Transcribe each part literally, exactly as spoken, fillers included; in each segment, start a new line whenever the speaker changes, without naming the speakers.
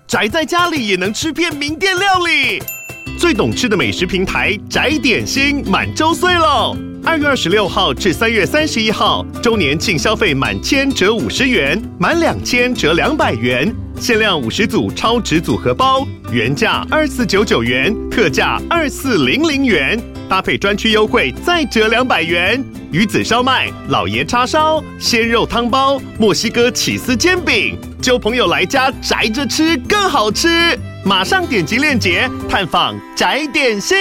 宅在家里也能吃遍名店料理。最懂吃的美食平台宅点心满周岁喽！二月二十六号至三月三十一号，周年庆消费满千折五十元，满两千折两百元，限量五十组超值组合包，原价二四九九元，特价二四零零元，搭配专区优惠再折两百元。鱼子烧麦、老爷叉烧、鲜肉汤包、墨西哥起司煎饼，揪朋友来家宅着吃更好吃。马上点击链接探访宅点心。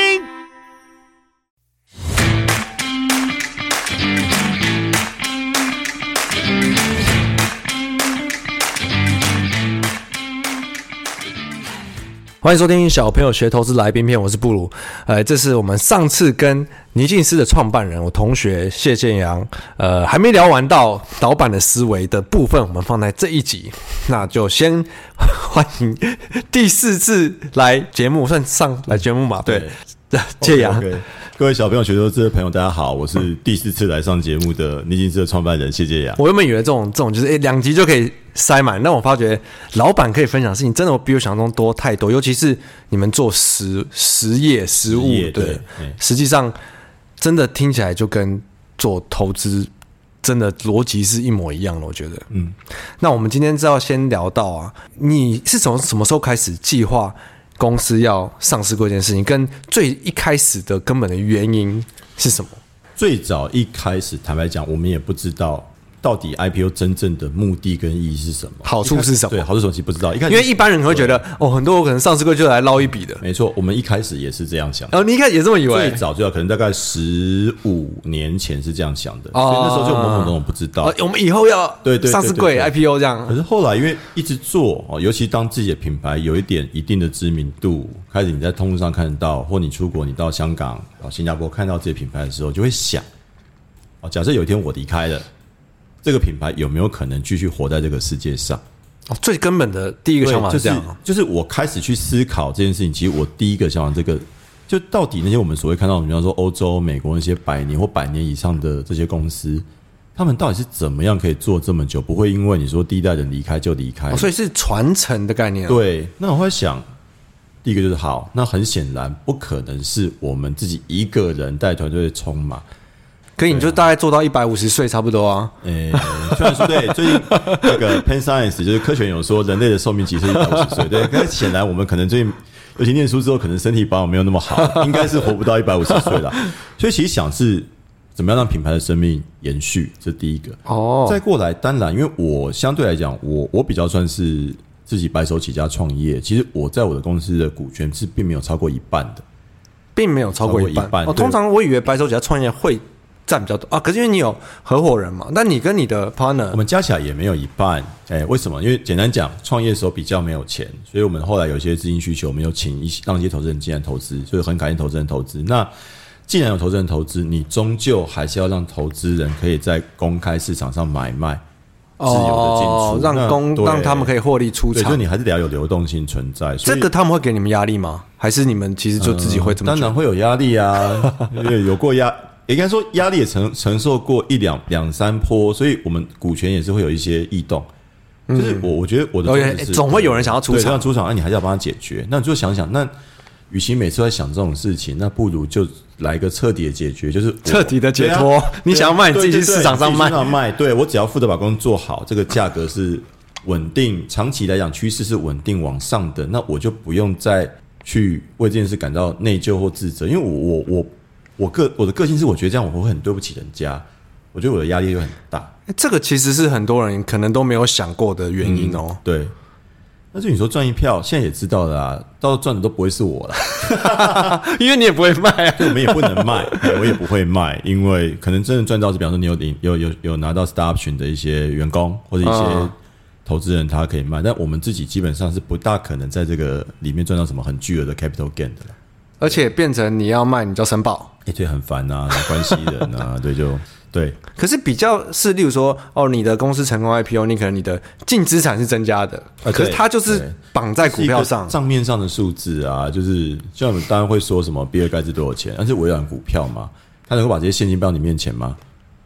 欢迎收听小朋友学投资来宾篇，我是布鲁。呃，这是我们上次跟倪静思的创办人，我同学谢建阳，呃，还没聊完到导版的思维的部分，我们放在这一集。那就先欢迎第四次来节目，算上来节目嘛？对，建阳。
Okay, okay. 各位小朋友学投资的朋友，大家好，我是第四次来上节目的倪静思的创办人谢建阳。
我原本以为这种这种就是诶两集就可以塞满，但我发觉老板可以分享的事情真的比我想象中多太多，尤其是你们做实实业实务，对，对实际上真的听起来就跟做投资真的逻辑是一模一样的，我觉得。嗯，那我们今天知道先聊到啊，你是从什么时候开始计划公司要上市过一件事情，跟最一开始的根本的原因是什么？
最早一开始，坦白讲，我们也不知道到底 I P O 真正的目的跟意义是什么，
好处是什么？
对，好处什么其实不知道。一开始
因为一般人会觉得，哦，很多可能上市过就来捞一笔的。
没错，我们一开始也是这样想的。
哦，你一开始也这么以为？
最早最早可能大概十五年前是这样想的，哦、所以那时候就懵懵懂懂不知道、
哦。我们以后要
对对
上市柜 I P O 这样。
可是后来因为一直做，尤其当自己的品牌有一点一定的知名度，开始你在通路上看得到，或你出国，你到香港、新加坡看到自己的品牌的时候，就会想，假设有一天我离开了。这个品牌有没有可能继续活在这个世界上？
哦，最根本的第一个想法是这样、哦
就是，就是我开始去思考这件事情。其实我第一个想法，这个就到底那些我们所谓看到，比方说欧洲、美国那些百年或百年以上的这些公司，他们到底是怎么样可以做这么久，不会因为你说第一代人离开就离开、
哦？所以是传承的概念、啊。
对，那我会想，第一个就是好，那很显然不可能是我们自己一个人带团队冲嘛。
可以，你就大概做到一百五十岁差不多啊。
诶、欸，虽然说对，最近这个 Penn Science 就是科学有说人类的寿命其实是一百五十岁，对，但是显然我们可能最近尤其念书之后，可能身体保养没有那么好，应该是活不到一百五十岁了。所以其实想是怎么样让品牌的生命延续，这是第一个。哦，再过来，当然，因为我相对来讲，我我比较算是自己白手起家创业，其实我在我的公司的股权是并没有超过一半的，
并没有超过一半。一半哦，通常我以为白手起家创业会占比较多啊，可是因为你有合伙人嘛，但你跟你的 partner
我们加起来也没有一半。哎、欸，为什么？因为简单讲，创业的时候比较没有钱，所以我们后来有一些资金需求，我们有请一些让一些投资人进来投资，所以很感谢投资人投资。那既然有投资人投资，你终究还是要让投资人可以在公开市场上买卖，自由的进出，
哦、让公让他们可以获利出场，
所以你还是得要有流动性存在。
这个他们会给你们压力吗？还是你们其实就自己会这么、
呃？当然会有压力啊，有过压。也应该说压力也承承受过一两两三波，所以我们股权也是会有一些异动。嗯、就是我我觉得我的
是、欸、总会有人想要出场，
对，出场，那、啊、你还是要帮他解决。那你就想想，那与其每次都在想这种事情，那不如就来一个彻底的解决，就是
彻底的解脱。啊、你想要卖，你自己去市场上卖，
对对对，市场卖。对，我只要负责把工作做好，这个价格是稳定，长期来讲趋势是稳定往上的，那我就不用再去为这件事感到内疚或自责，因为我我我。我个我的个性是，我觉得这样我会很对不起人家，我觉得我的压力会很大。
欸、这个其实是很多人可能都没有想过的原因哦。
嗯、对，但是你说赚一票，现在也知道了啦，到时候赚的都不会是我啦，
因为你也不会卖啊，
对，我们也不能卖，我也不会卖，因为可能真的赚到是，比方说你有有有有拿到 Star Option 的一些员工或者一些投资人，他可以卖，但我们自己基本上是不大可能在这个里面赚到什么很巨额的 capital gain 的啦。
而且变成你要卖，你就要申报，
哎、欸，对，很烦啊，没关系人啊，对，就对。
可是比较是，例如说，哦，你的公司成功 I P O， 你可能你的净资产是增加的，啊、可是它就是绑在股票上，
账面上的数字啊，就是像我们当然会说什么比尔盖茨多少钱，但是微软股票嘛，他能够把这些现金搬到你面前吗？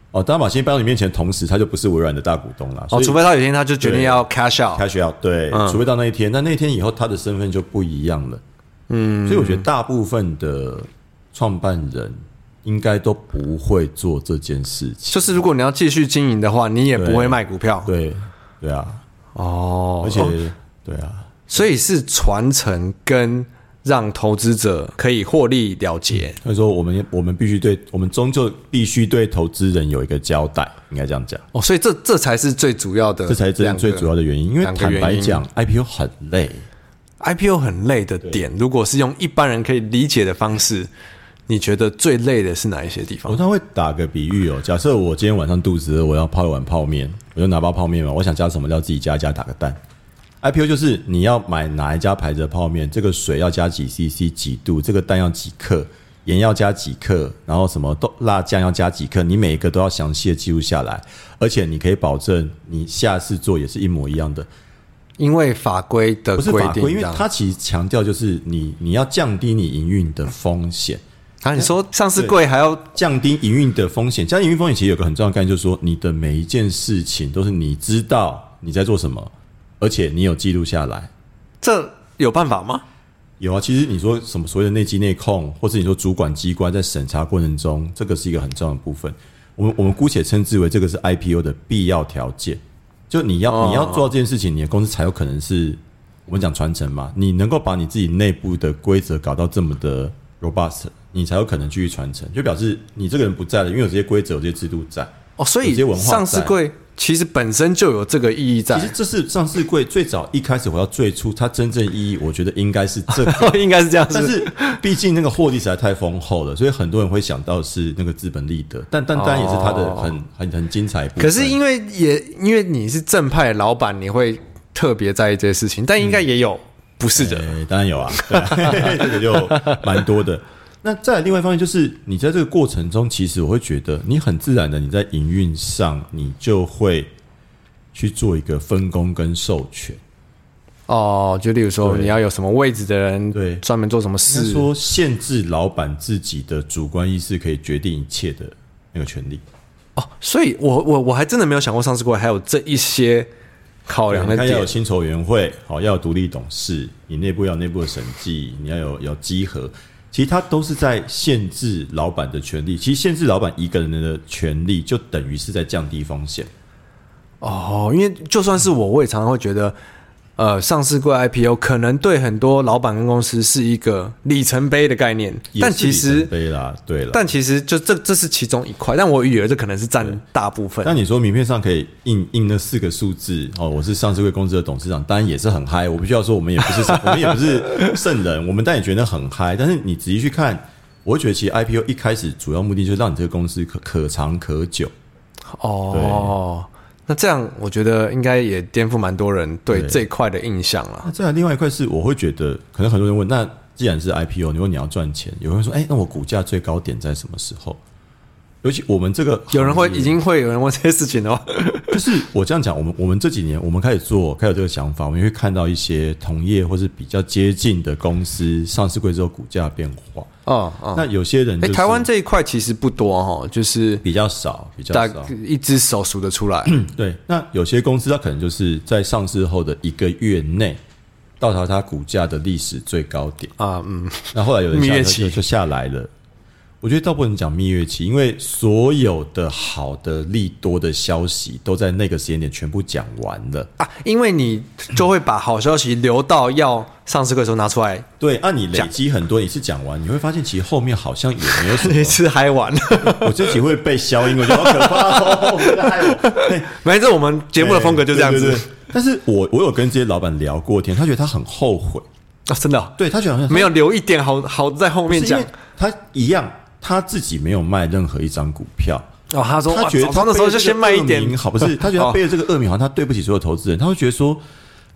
哦，当马新搬到你面前，同时他就不是微软的大股东了。
哦，除非他有一天他就决定要 cash out，cash
out， 对，嗯、除非到那一天，那那一天以后他的身份就不一样了。嗯，所以我觉得大部分的创办人应该都不会做这件事情。
就是如果你要继续经营的话，你也不会卖股票。
对，对啊，
哦，
而且、哦、对啊，
所以是传承跟让投资者可以获利了结。
所以说我们我们必须对我们终究必须对投资人有一个交代，应该这样讲。
哦，所以这这才是最主要的，
这才是真最主要的原因。因为坦白讲 ，I P O 很累
，I P O 很累的点，如果是用一般人可以理解的方式，你觉得最累的是哪一些地方？
我常会打个比喻哦，假设我今天晚上肚子饿，我要泡一碗泡面，我就拿包泡面嘛，我想加什么料自己加加打个蛋。I P O 就是你要买哪一家牌子的泡面，这个水要加几 C C 几度，这个蛋要几克，盐要加几克，然后什么豆辣酱要加几克，你每一个都要详细的记录下来，而且你可以保证你下次做也是一模一样的。
因为法规的规定，不是法规，
因为它其实强调就是你你要降低你营运的风险。
啊，你说上市柜还要
降低营运的风险，降低营运风险其实有个很重要的概念，就是说你的每一件事情都是你知道你在做什么。而且你有记录下来，
这有办法吗？
有啊，其实你说什么所谓的内稽内控，或是你说主管机关在审查过程中，这个是一个很重要的部分。我们我们姑且称之为这个是 I P O 的必要条件。就你要、哦、你要做到这件事情，你的公司才有可能是我们讲传承嘛。你能够把你自己内部的规则搞到这么的 robust， 你才有可能继续传承，就表示你这个人不在了，因为有这些规则、有这些制度在。
哦，所以上市柜其实本身就有这个意义在。
其实这是上市柜最早一开始我要最初它真正意义，我觉得应该是这个，
应该是这样。
但是毕竟那个获利实在太丰厚了，所以很多人会想到是那个资本利得，但但当然也是它的很很很精彩的部分。
可是因为也因为你是正派的老板，你会特别在意这些事情，但应该也有不是的，
嗯欸、当然有啊，对这个就蛮多的。那再来另外一方面就是你在这个过程中，其实我会觉得你很自然的你在营运上你就会去做一个分工跟授权。
哦，就例如说你要有什么位置的人对专门做什么事，
说限制老板自己的主观意识可以决定一切的那个权利。
哦，所以我我我还真的没有想过上市柜还有这一些考量的点。
要有薪酬委员会，好，要有独立董事，你内部要有内部的审计，你要有有稽核。其实它都是在限制老板的权利，其实限制老板一个人的权利，就等于是在降低风险。
哦，因为就算是我，我也常常会觉得，呃，上市柜 I P O 可能对很多老板跟公司是一个里程碑的概念，但其实
里程碑啦，对了，
但其实就这这是其中一块，但我以为这可能是占大部分。
但你说名片上可以印印那四个数字哦，我是上市柜公司的董事长，当然也是很嗨。我必须要说，我们也不是我们也不是圣人，我们当然也觉得很嗨。但是你仔细去看，我会觉得其实 I P O 一开始主要目的就是让你这个公司可可长可久。
哦。那这样我觉得应该也颠覆蛮多人对这一块的印象啦。
那再来另外一块是，我会觉得可能很多人问，那既然是 I P O， 你说你要赚钱，有人说，哎、欸，那我股价最高点在什么时候？尤其我们这个
有人会已经会有人问这些事情哦。
就是我这样讲，我们我们这几年我们开始做，开始有这个想法，我们会看到一些同业或是比较接近的公司上市柜之后股价变化。哦哦，那有些人、就是，
哎、欸，台湾这一块其实不多哈，就是
比较少，比较少，
一只手数得出来。
对，那有些公司它可能就是在上市后的一个月内到达它股价的历史最高点啊，嗯，那后来有人下就就下来了。我觉得倒不能讲蜜月期，因为所有的好的利多的消息都在那个时间点全部讲完了
啊，因为你就会把好消息留到要上市的时候拿出来。
对，按、啊、你累积很多一次讲完，你会发现其实后面好像也没有什么。
一次嗨完了，
我自己会被消音，我觉得好可怕哦！我觉得害我。
没事，我们节目的风格就这样子。
对对对对，但是我我有跟这些老板聊过天，他觉得他很后悔
啊，真的、哦。
对他觉得好像
没有留一点好好在后面讲，
他一样。他自己没有卖任何一张股票
哦，他说
他觉得
早上的时候就先卖一点，
好不是？他觉得他背着这个恶名，好像他对不起所有投资人。他会觉得说，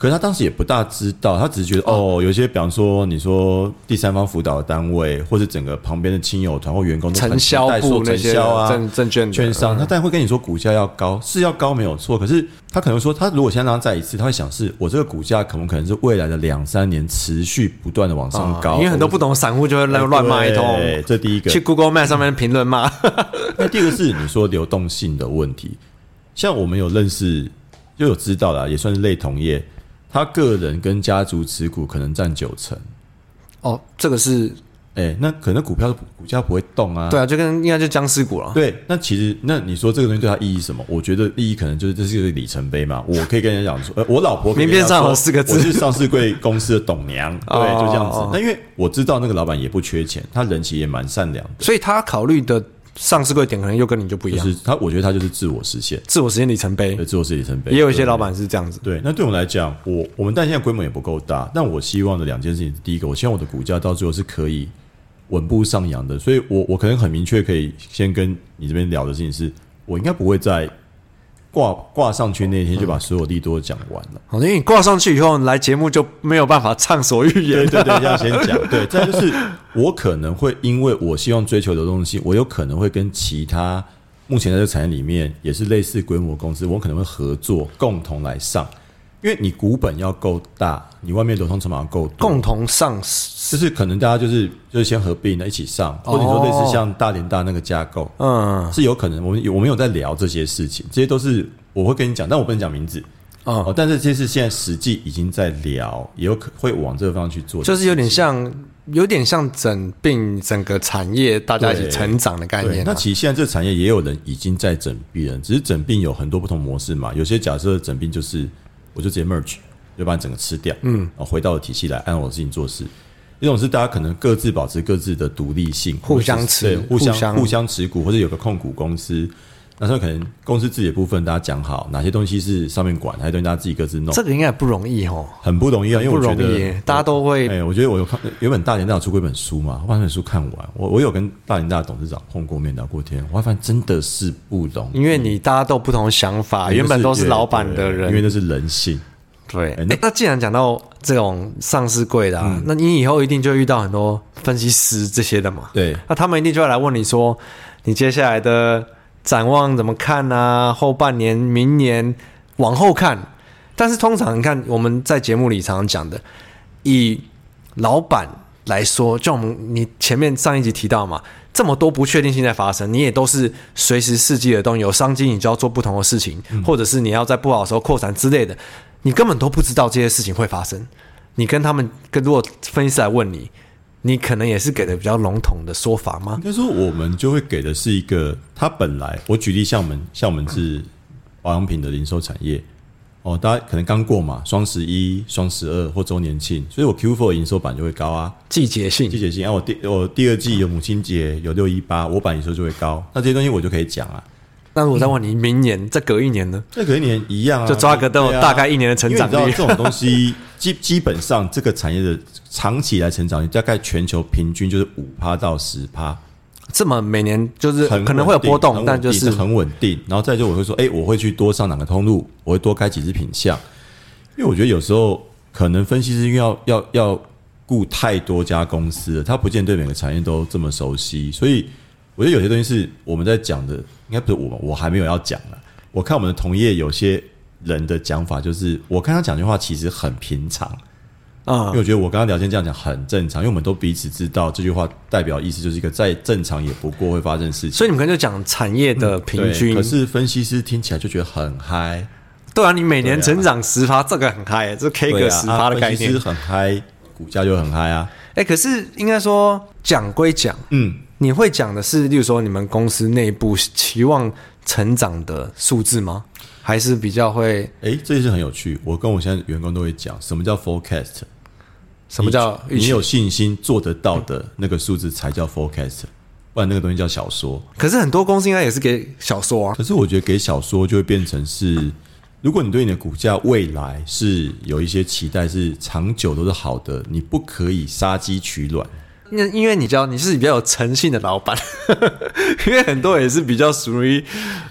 可是他当时也不大知道，他只是觉得哦，有一些比方说你说第三方辅导的单位，或是整个旁边的亲友团或员工都
承销部那些
啊，
证证券
券商，他当然会跟你说股价要高，是要高没有错。可是他可能说，他如果现在让他再一次，他会想是我这个股价可能可能是未来的两三年持续不断的往上高，
啊、因为很多不懂的散户就会乱骂一通。
对，这第一个。
去 Google Map 上面评论骂。
那第二个是你说流动性的问题，像我们有认识就有知道啦，也算是类同业。他个人跟家族持股可能占九成，
哦，这个是，
哎、欸，那可能股票股价不会动啊，
对啊，就跟应该就僵尸股了。
对，那其实那你说这个东西对他意义什么？我觉得意义可能就是这是一个里程碑嘛。我可以跟人家讲说，呃，我老婆
名片上有四个字，
我是上市柜公司的董娘，对，就这样子。那因为我知道那个老板也不缺钱，他人其实也蛮善良的，
所以他考虑的上市柜点可能又跟你就不一样，
就是他，我觉得他就是自我实现，
自我实现里程碑，
对，自我实现里程碑。
也有一些老板是这样子。
对，那对我们来讲，我我们但现在规模也不够大，但我希望的两件事情，第一个，我希望我的股价到最后是可以稳步上扬的，所以我我可能很明确可以先跟你这边聊的事情是，我应该不会在挂挂上去那一天就把所有利多讲完了。
好、嗯，因为你挂上去以后来节目就没有办法畅所欲言。
对对对，要先讲。对，再就是我可能会因为我希望追求流动性，我有可能会跟其他目前在这个产业里面也是类似规模公司，我可能会合作共同来上。因为你股本要够大，你外面流通筹码要够多，
共同上
就是可能大家就是就是先合并一起上，或者说类似像大联大那个架构，嗯，是有可能。我们我们有在聊这些事情，这些都是我会跟你讲，但我不能讲名字。哦, 哦，但是这是现在实际已经在聊，也有可会往这个方向去做，
就是有点像，有点像整并整个产业，大家一起成长的概念、啊。
那其实现在这个产业也有人已经在整并了，只是整并有很多不同模式嘛。有些假设整并就是我就直接 merge， 就把你整个吃掉，嗯，然后回到我的体系来按我的事情做事。一种是大家可能各自保持各自的独立性，
互相持，
互相互相持股，或者有个控股公司。那时候可能公司自己的部分大家讲好，哪些东西是上面管，哪些东西大家自己各自弄。
这个应该也不容易哦，
很不容易啊，因为我觉得
大家都会。
哎、欸，我觉得我有看原本大联大有出过一本书嘛，我把那本书看完，我我有跟大联大的董事长碰过面聊过天，我发现真的是不容易，
因为你大家都有不同的想法，原本都是老板的人，
因为那是人性。
对，欸、那, 那既然讲到这种上市柜的、啊嗯，那你以后一定就会遇到很多分析师这些的嘛？
对，
那他们一定就会来问你说，你接下来的展望怎么看啊？后半年、明年往后看。但是通常你看我们在节目里常常讲的，以老板来说，就我们你前面上一集提到嘛，这么多不确定性在发生，你也都是随时伺机而动，有商机你就要做不同的事情、嗯，或者是你要在不好的时候扩产之类的，你根本都不知道这些事情会发生。你跟他们跟如果分析师来问你，你可能也是给的比较笼统的说法吗？
应该说我们就会给的是一个，他本来我举例像我们像我们是保养品的零售产业哦，大家可能刚过嘛，双十一、双十二或周年庆，所以我 Q 四 的营收版就会高啊，
季节性，
季节性啊，我第我第二季有母亲节，有六一八，我版营收就会高，那这些东西我就可以讲啊。
那我再问你，明年再隔一年呢？
再隔一年一样啊，
就抓个都有大概一年的成长率。
因为你知道这种东西基基本上这个产业的长期来成长率，大概全球平均就是五趴到十趴，
这么每年就是可能会有波动，但就是
很稳定。然后再就我会说，哎、欸，我会去多上哪个通路，我会多开几支品项，因为我觉得有时候可能分析师因为要要要顾太多家公司了，他不见得对每个产业都这么熟悉，所以我觉得有些东西是我们在讲的。应该不是我，我还没有要讲了。我看我们的同业有些人的讲法，就是我看他讲句话其实很平常啊、嗯，因为我觉得我刚刚聊天这样讲很正常，因为我们都彼此知道这句话代表意思就是一个再正常也不过会发生的事情。
所以你们可能就讲产业的平均、
嗯，可是分析师听起来就觉得很嗨。
对啊，你每年成长十趴，这个很嗨，这 K 个十趴的概念，
分析师很嗨，股价就很嗨啊。
哎、欸，可是应该说讲归讲，嗯。你会讲的是例如说你们公司内部期望成长的数字吗？还是比较会
诶，这件事很有趣，我跟我现在员工都会讲什么叫 forecast，
什么叫
你, 你有信心做得到的那个数字才叫 forecast， 不然那个东西叫小说。
可是很多公司应该也是给小说啊。
可是我觉得给小说就会变成是，如果你对你的股价未来是有一些期待，是长久都是好的，你不可以杀鸡取卵。
因为你知道你是比较有诚信的老板，因为很多也是比较属于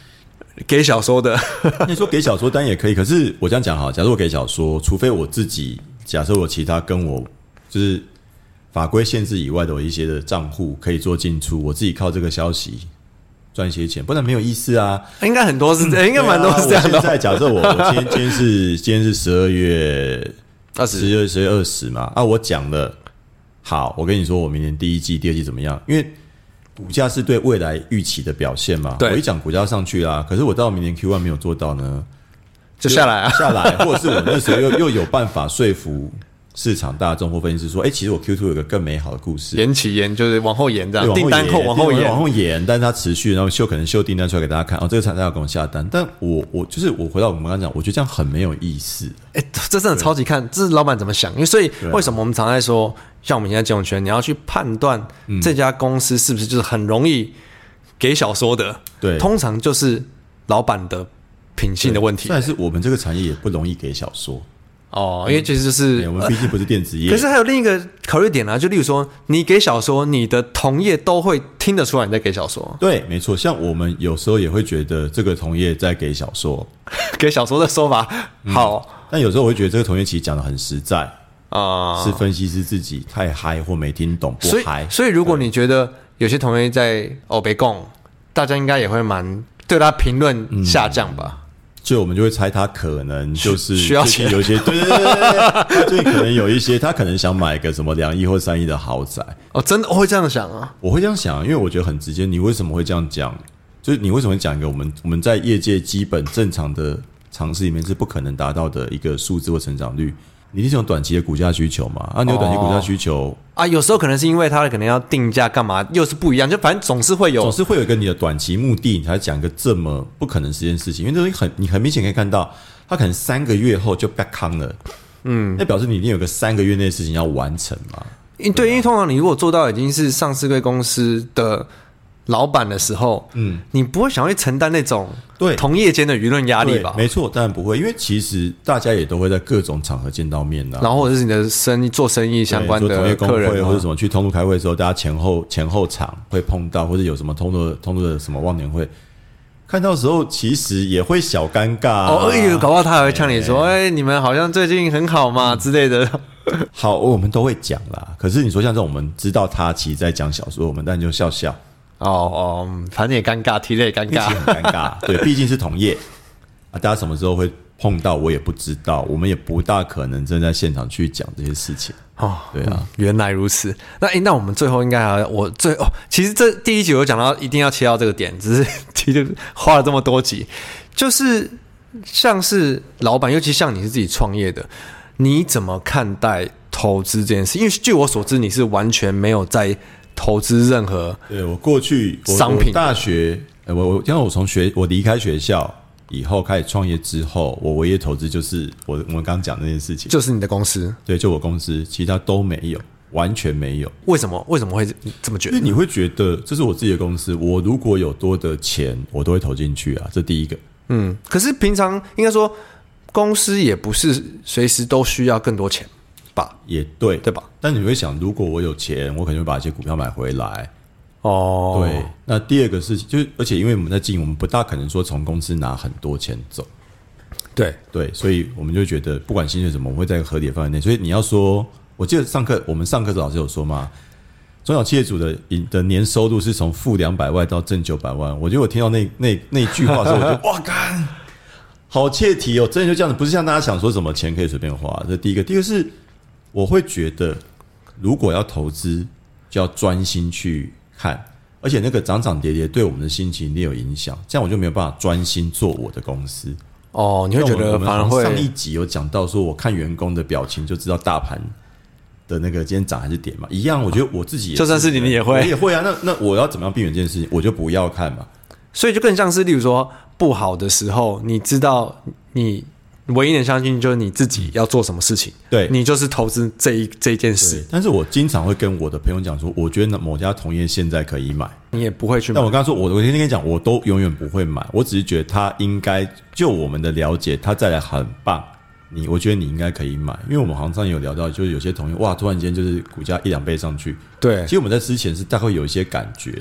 给小说的，
你说给小说单也可以，可是我这样讲好，假如我给小说，除非我自己，假设我其他跟我就是法规限制以外的我一些的账户可以做进出，我自己靠这个消息赚一些钱，不然没有意思啊。
应该很多是，嗯、应该蛮多是这样的、哦。
我现在假设我我今天今天是今天是十二月二十，十二十月二十嘛，啊，我讲了，好，我跟你说，我明年第一季、第二季怎么样？因为股价是对未来预期的表现嘛。我一讲股价上去啦，可是我到明年 Q 一 没有做到呢，
就下来啊，
下来，或者是我那时候又又有办法说服市场大众或分析师说，哎、欸，其实我 Q 二 有个更美好的故事，
延期延就是往后延这样，订单后往后延，
往后延，但是它持续，然后秀可能秀订单出来给大家看，哦，这个厂商要跟我下单，但我我就是我回到我们刚刚讲，我觉得这样很没有意思。
哎、欸，这真的超级看，这是老板怎么想，因为所以为什么我们常在说，像我们现在金融圈，你要去判断这家公司是不是就是很容易给小说的，对，通常就是老板的品性的问题。
但是我们这个产业也不容易给小说。
哦，因为其实就是、
嗯、我们毕竟不是电子业、
呃，可是还有另一个考虑点啊，就例如说，你给小说，你的同业都会听得出来你在给小说。
对，没错，像我们有时候也会觉得这个同业在给小说，
给小说的说法好、嗯，
但有时候我会觉得这个同业其实讲的很实在啊、呃，是分析师自己太嗨或没听懂不嗨。
所以，如果你觉得有些同业在欧北共，大家应该也会蛮对他评论下降吧。嗯，
所以我们就会猜他可能就是
需要钱，
有一些对对对对对，他最近可能有一些，他可能想买个什么两亿或三亿的豪宅。
哦，真的我会这样想啊？
我会这样想，因为我觉得很直接。你为什么会这样讲？就是你为什么会讲一个我们我们在业界基本正常的常识里面是不可能达到的一个数字或成长率？你是有短期的股价需求嘛？啊，你有短期股价需求、哦、
啊？有时候可能是因为他可能要定价干嘛，又是不一样，就反正总是会有，
总是会有一个你的短期目的，你才讲一个这么不可能实现的事情。因为这很你很明显可以看到，他可能三个月后就 back on 了，嗯，那表示你一定有个三个月内的事情要完成嘛？对，
对，因为通常你如果做到已经是上市柜公司的老板的时候，嗯，你不会想要去承担那种对同业间的舆论压力吧？
没错，当然不会，因为其实大家也都会在各种场合见到面的、啊，
然后或者是你的生意做生意相关的
同业公会
客
或者什么去通路开会的时候，大家前后前后场会碰到，或者有什么通路通路的什么忘年会。看到的时候，其实也会小尴尬、啊、
哦，哎，搞不好他还会呛你说：“哎、欸，你们好像最近很好嘛、嗯、之类的。”
好，我们都会讲啦。可是你说像这种，我们知道他其实在讲小说，我们当然就笑笑。
哦哦，反正也尴尬，提了也尴尬，
很尴尬。对，毕竟是同业啊，大家什么时候会碰到，我也不知道，我们也不大可能真在现场去讲这些事情。哦，对啊，
嗯、原来如此。那诶，那我们最后应该还要我最哦，其实这第一集我讲到一定要切到这个点，只是其实花了这么多集，就是像是老板，尤其像你是自己创业的，你怎么看待投资这件事？因为据我所知，你是完全没有在投资任何
对我过去商品。我大学，我我因为我从学我离开学校以后开始创业之后，我唯一投资就是我我们刚刚讲的那件事情，
就是你的公司。
对，就我公司，其他都没有，完全没有。
为什么？为什么会这么觉得？
因为你会觉得这是我自己的公司，我如果有多的钱，我都会投进去啊，这第一个。
嗯，可是平常应该说，公司也不是随时都需要更多钱吧？
也对，
对吧？
但你会想，如果我有钱，我可能会把一些股票买回来。
哦，
对。那第二个事情，就是而且因为我们在经营，我们不大可能说从公司拿很多钱走。
对
对，所以我们就觉得，不管薪水什么，我们会在一个合理的范围内。所以你要说，我记得上课我们上课的老师有说嘛，中小企业主的的年收入是从负两百万到正九百万。我觉得我听到那那那句话的时候，我就哇干，好切题哦！真的就这样子，不是像大家想说什么钱可以随便花。这第一个，第二个是我会觉得，如果要投资，就要专心去看，而且那个涨涨跌跌对我们的心情一定有影响，这样我就没有办法专心做我的公司。
哦，你会觉得反而会
上一集有讲到说，我看员工的表情就知道大盘的那个今天涨还是跌嘛，一样。我觉得我自己也是
就算是你，你也会，
我也会啊。那那我要怎么样避免这件事情？我就不要看嘛。
所以就更像是，例如说不好的时候，你知道你唯一能相信就是你自己要做什么事情，对，你就是投资这一这一件事。
但是我经常会跟我的朋友讲说，我觉得某家同业现在可以买，
你也不会去买。
但我刚刚说，我我天天跟你讲，我都永远不会买，我只是觉得他应该就我们的了解，他再来很棒。你我觉得你应该可以买，因为我们行上也有聊到，就是有些同业哇，突然间就是股价一两倍上去。对，其实我们在之前是大概有一些感觉的。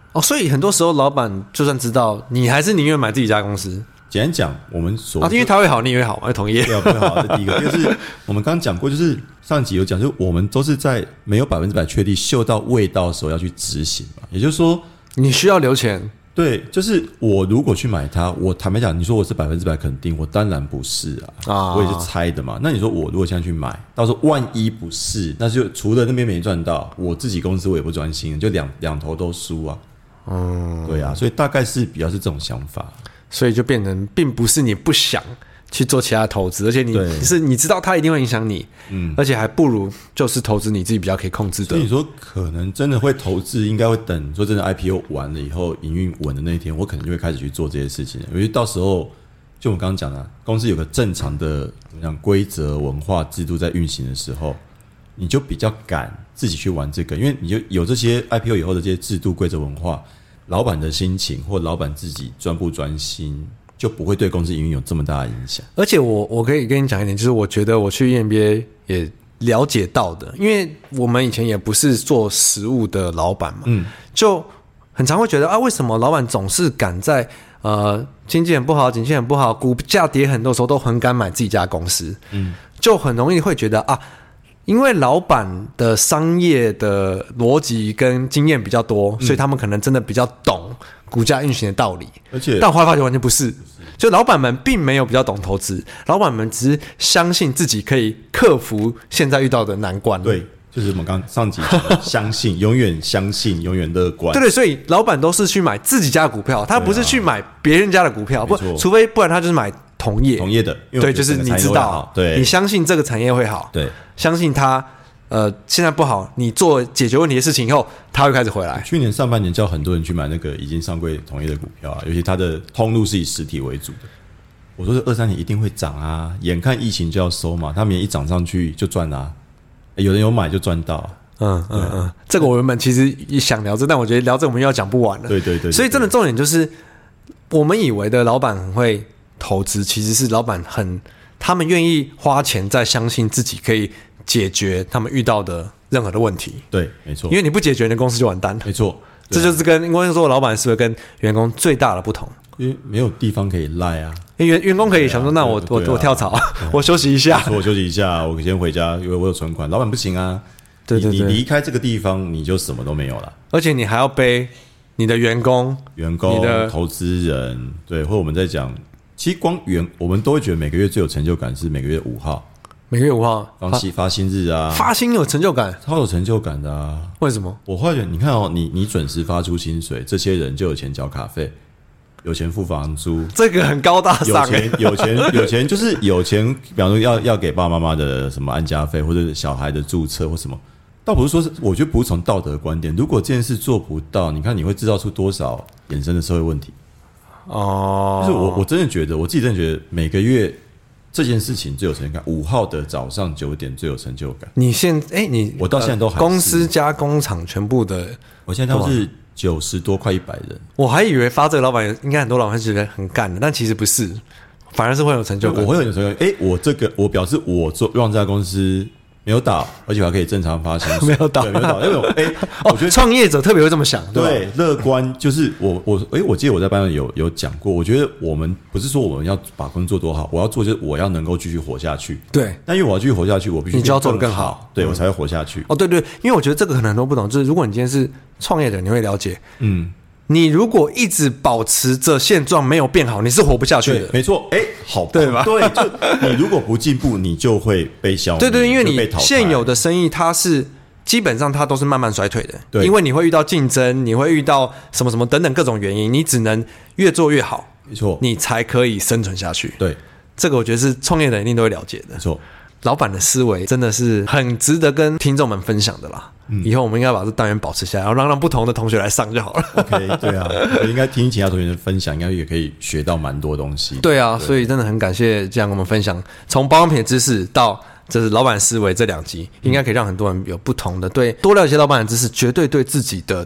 哦，所以很多时候老板就算知道，你还是宁愿买自己家公司。
简单讲，我们所
啊，因为他会好，你也会好，会同意。
对啊，会好，这第一个。就是我们刚刚讲过，就是上集有讲，就是我们都是在没有百分之百确定嗅到味道的时候要去执行嘛。也就是说，
你需要留钱。
对，就是我如果去买它，我坦白讲，你说我是百分之百肯定，我当然不是啊，啊我也是猜的嘛。那你说我如果现在去买，到时候万一不是，那就除了那边没赚到，我自己公司我也不专心，就两两头都输啊。嗯，对啊，所以大概是比较是这种想法。
所以就变成并不是你不想去做其他投资，而且你是你知道它一定会影响你，嗯，而且还不如就是投资你自己比较可以控制的。
所以你说可能真的会投资，应该会等说真的 I P O 完了以后，营运稳的那一天，我可能就会开始去做这些事情。因为到时候就我们刚刚讲的，公司有个正常的怎么讲规则、文化、制度在运行的时候，你就比较敢自己去玩这个，因为你就有这些 I P O 以后的这些制度、规则、文化。老板的心情或老板自己专不专心，就不会对公司营运有这么大的影响。
而且我我可以跟你讲一点，就是我觉得我去 E M B A 也了解到的，因为我们以前也不是做实务的老板嘛，嗯，就很常会觉得啊，为什么老板总是敢在呃经济很不好、景气很不好、股价跌很多的时候都很敢买自己家公司，嗯，就很容易会觉得啊。因为老板的商业的逻辑跟经验比较多，所以他们可能真的比较懂股价运行的道理。而且，但我后来发觉完全不是，就老板们并没有比较懂投资，老板们只是相信自己可以克服现在遇到的难关。
对，就是我们刚上集讲的相信，永远相信，永远乐观。
对对，所以老板都是去买自己家的股票，他不是去买别人家的股票，不，除非不然他就是买同业，
同业的，
对，就是你知道，对，你相信这个产业会好，
对。
相信他，呃，现在不好，你做解决问题的事情以后，他会开始回来。
去年上半年叫很多人去买那个已经上柜同业的股票啊，尤其它的通路是以实体为主的。我说这二三年一定会涨啊，眼看疫情就要收嘛，他们也一涨上去就赚啊，有人有买就赚到。
嗯嗯嗯，这个我原本其实也想聊这，但我觉得聊这我们又要讲不完了。
对对 对, 对，
所以真的重点就是，我们以为的老板很会投资，其实是老板很，他们愿意花钱在相信自己可以解决他们遇到的任何的问题。
对，没错。
因为你不解决，你的公司就完蛋了。
没错，
这就是跟因为说老板是不是跟员工最大的不同？
因为没有地方可以赖啊。
因为员员工可以想说，那我、啊、我、啊、我跳槽，我休息一下，
我休息一下，我先回家，因为我有存款。老板不行啊，对对对，你离开这个地方，你就什么都没有了。
而且你还要背你的员工、
员工、你的投资人，对，或者我们在讲，其实光员，我们都会觉得每个月最有成就感是每个月五号。
每个月五号
发发薪日啊，
发薪有成就感，
超有成就感的啊！
为什么？
我发觉你看哦，你你准时发出薪水，这些人就有钱缴卡费，有钱付房租，
这个很高大上、欸。
有钱有钱有钱就是有钱，比方说要要给爸爸妈妈的什么安家费，或者是小孩的注册或什么，倒不是说是，我觉得不是从道德观点，如果这件事做不到，你看你会制造出多少衍生的社会问题？哦，就是我我真的觉得，我自己真的觉得每个月。这件事情最有成就感，五号的早上九点最有成就感。你现哎、欸，你
我到现在都还是、呃、公司加工厂全部的，
我现在都是九十多，快一百人。
我还以为发这个老板应该很多老板会觉得很干的，但其实不是，反而是会有成就感。
我会有成就感，哎、欸，我这个我表示我做让这家公司没有倒，而且还可以正常发薪水，
没有倒，
没有倒。因为我哎、欸，我觉得
创业者特别会这么想，
对，乐观就是我我哎、欸，我记得我在班上有有讲过，我觉得我们不是说我们要把工作做多好，我要做就是我要能够继续活下去。
对，
但因为我要继续活下去，我必须
你就要做得更好，
对、嗯、我才会活下去。
哦，对对，因为我觉得这个可能很多不懂，就是如果你今天是创业者，你会了解，嗯。你如果一直保持着现状没有变好，你是活不下去的。
没错，哎、欸，好，对吧？对，就你如果不进步，你就会被消灭。
对对，因为你现有的生意，它是基本上它都是慢慢衰退的。对，因为你会遇到竞争，你会遇到什么什么等等各种原因，你只能越做越好。
没错，
你才可以生存下去。
对，
这个我觉得是创业的人一定都会了解的。
没错。
老板的思维真的是很值得跟听众们分享的啦、嗯、以后我们应该把这单元保持下来，然后让让不同的同学来上就好了。
OK， 对啊，我应该听其他同学的分享，应该也可以学到蛮多东西。
对啊，对，所以真的很感谢这样跟我们分享从保养品的知识到这是老板思维这两集，应该可以让很多人有不同的对多了解老板的知识，绝对对自己的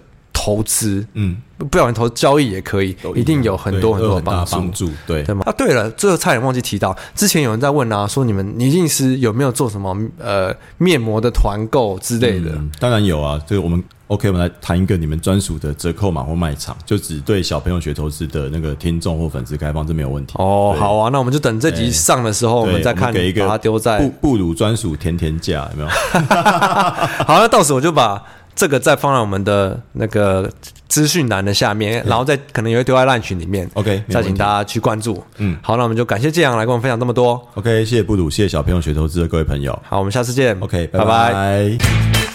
投资，
嗯，
不小心投资交易也可以，一定有很多很多的帮助，
帮助，对
对吗？啊，对了，最后差点忘记提到，之前有人在问啊，说你们倪镜师有没有做什么呃面膜的团购之类的？
嗯、当然有啊，这个我们 OK， 我们来谈一个你们专属的折扣码或卖场，就只对小朋友学投资的那个听众或粉丝开放，这没有问题。
哦，好啊，那我们就等这集上的时候，我们再看，
给一个
把它丢在
布布鲁专属甜甜价，有没有？
好，那到时我就把这个再放在我们的那个资讯栏的下面，然后再可能也会丢在LINE群里面
，OK，
再请大家去关注。嗯，好，那我们就感谢建阳来跟我们分享这么多。
OK， 谢谢布鲁，谢谢小朋友学投资的各位朋友。
好，我们下次见。
OK， 拜
拜拜。
拜。